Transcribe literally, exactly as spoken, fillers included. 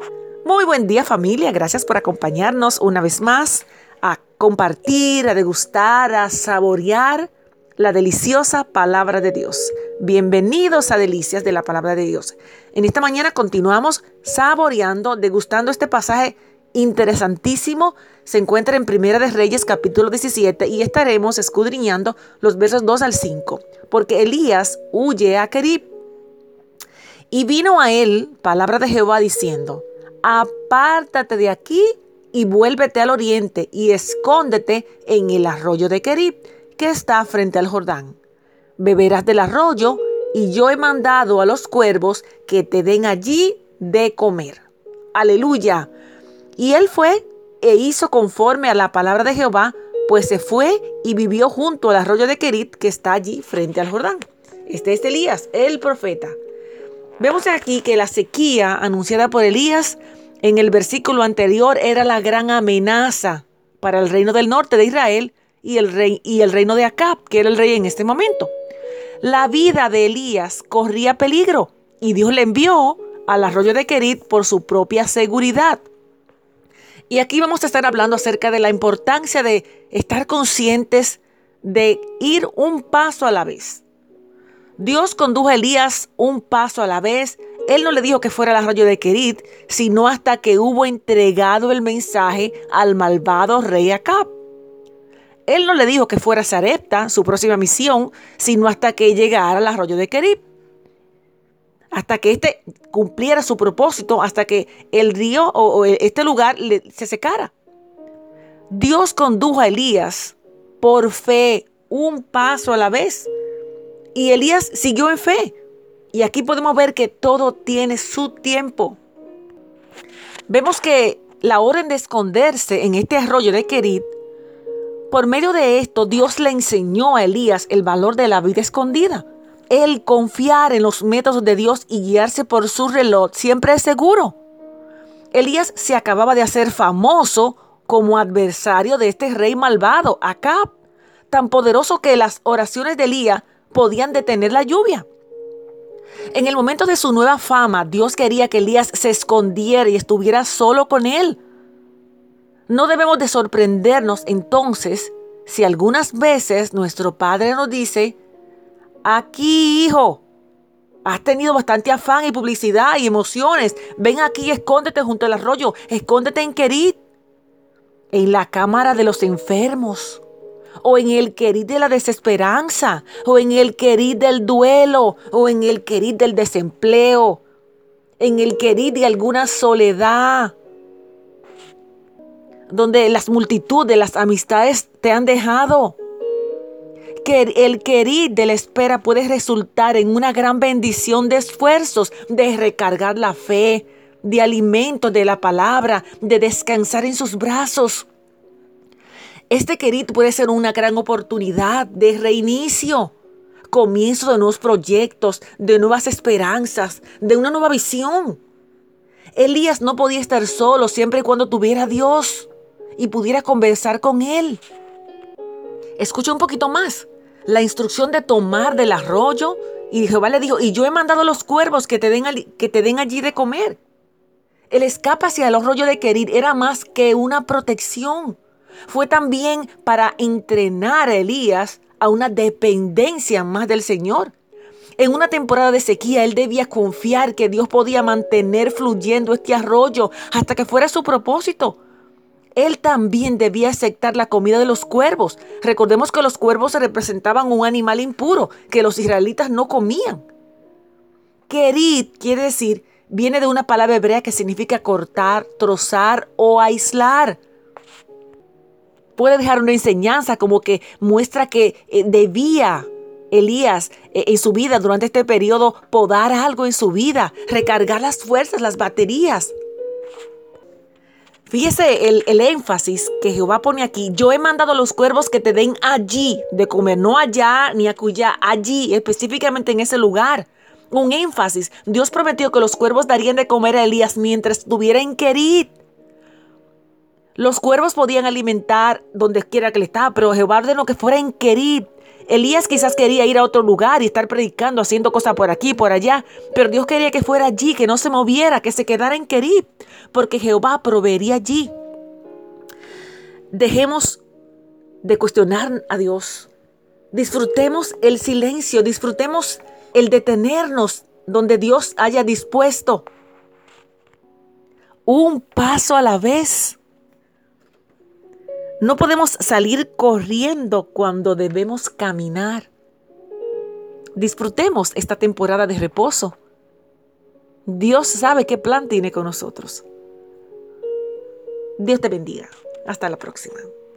Muy buen día, familia. Gracias por acompañarnos una vez más a compartir, a degustar, a saborear la deliciosa palabra de Dios. Bienvenidos a Delicias de la Palabra de Dios. En esta mañana continuamos saboreando, degustando este pasaje interesantísimo. Se encuentra en Primera de Reyes, capítulo diecisiete, y estaremos escudriñando los versos dos al cinco. Porque Elías huye a Querib. Y vino a él palabra de Jehová diciendo: apártate de aquí y vuélvete al oriente y escóndete en el arroyo de Querib, que está frente al Jordán. Beberás del arroyo, y yo he mandado a los cuervos que te den allí de comer. Aleluya. Y él fue e hizo conforme a la palabra de Jehová, pues se fue y vivió junto al arroyo de Querib, que está allí frente al Jordán. Este es Elías, el profeta. Vemos aquí que la sequía anunciada por Elías en el versículo anterior era la gran amenaza para el reino del norte de Israel y el, rey, y el reino de Acab, que era el rey en este momento. La vida de Elías corría peligro y Dios le envió al arroyo de Querib por su propia seguridad. Y aquí vamos a estar hablando acerca de la importancia de estar conscientes de ir un paso a la vez. Dios condujo a Elías un paso a la vez. Él no le dijo que fuera al arroyo de Querib, sino hasta que hubo entregado el mensaje al malvado rey Acab. Él no le dijo que fuera a Sarepta, su próxima misión, sino hasta que llegara al arroyo de Querib. Hasta que éste cumpliera su propósito, hasta que el río o, o este lugar le, se secara. Dios condujo a Elías por fe, un paso a la vez. Y Elías siguió en fe. Y aquí podemos ver que todo tiene su tiempo. Vemos que la orden de esconderse en este arroyo de Querib, por medio de esto, Dios le enseñó a Elías el valor de la vida escondida. El confiar en los métodos de Dios y guiarse por su reloj siempre es seguro. Elías se acababa de hacer famoso como adversario de este rey malvado, Acab, tan poderoso que las oraciones de Elías podían detener la lluvia. En el momento de su nueva fama, Dios quería que Elías se escondiera y estuviera solo con él. No debemos de sorprendernos entonces si algunas veces nuestro Padre nos dice: aquí, hijo, has tenido bastante afán y publicidad y emociones. Ven aquí y escóndete junto al arroyo. Escóndete en Querib, en la cámara de los enfermos, o en el Querib de la desesperanza, o en el Querib del duelo, o en el Querib del desempleo, en el Querib de alguna soledad, donde las multitudes, las amistades te han dejado. Que el Querib de la espera puede resultar en una gran bendición de esfuerzos, de recargar la fe, de alimento de la palabra, de descansar en sus brazos. Este Querib puede ser una gran oportunidad de reinicio, comienzo de nuevos proyectos, de nuevas esperanzas, de una nueva visión. Elías no podía estar solo siempre y cuando tuviera a Dios y pudiera conversar con Él. Escucha un poquito más. La instrucción de tomar del arroyo, y Jehová le dijo: y yo he mandado a los cuervos que te den, que te den allí de comer. El escape hacia el arroyo de Querib era más que una protección. Fue también para entrenar a Elías a una dependencia más del Señor. En una temporada de sequía, él debía confiar que Dios podía mantener fluyendo este arroyo hasta que fuera su propósito. Él también debía aceptar la comida de los cuervos. Recordemos que los cuervos representaban un animal impuro que los israelitas no comían. Querib quiere decir, viene de una palabra hebrea que significa cortar, trozar o aislar. Puede dejar una enseñanza como que muestra que eh, debía Elías eh, en su vida durante este periodo podar algo en su vida, recargar las fuerzas, las baterías. Fíjese el, el énfasis que Jehová pone aquí. Yo he mandado a los cuervos que te den allí de comer, no allá ni acullá, allí, específicamente en ese lugar. Un énfasis. Dios prometió que los cuervos darían de comer a Elías mientras estuviera en Querib. Los cuervos podían alimentar donde quiera que él estaba, pero Jehová ordenó que fuera en Querib. Elías quizás quería ir a otro lugar y estar predicando, haciendo cosas por aquí, por allá, pero Dios quería que fuera allí, que no se moviera, que se quedara en Querib, porque Jehová proveería allí. Dejemos de cuestionar a Dios. Disfrutemos el silencio, disfrutemos el detenernos donde Dios haya dispuesto. Un paso a la vez. No podemos salir corriendo cuando debemos caminar. Disfrutemos esta temporada de reposo. Dios sabe qué plan tiene con nosotros. Dios te bendiga. Hasta la próxima.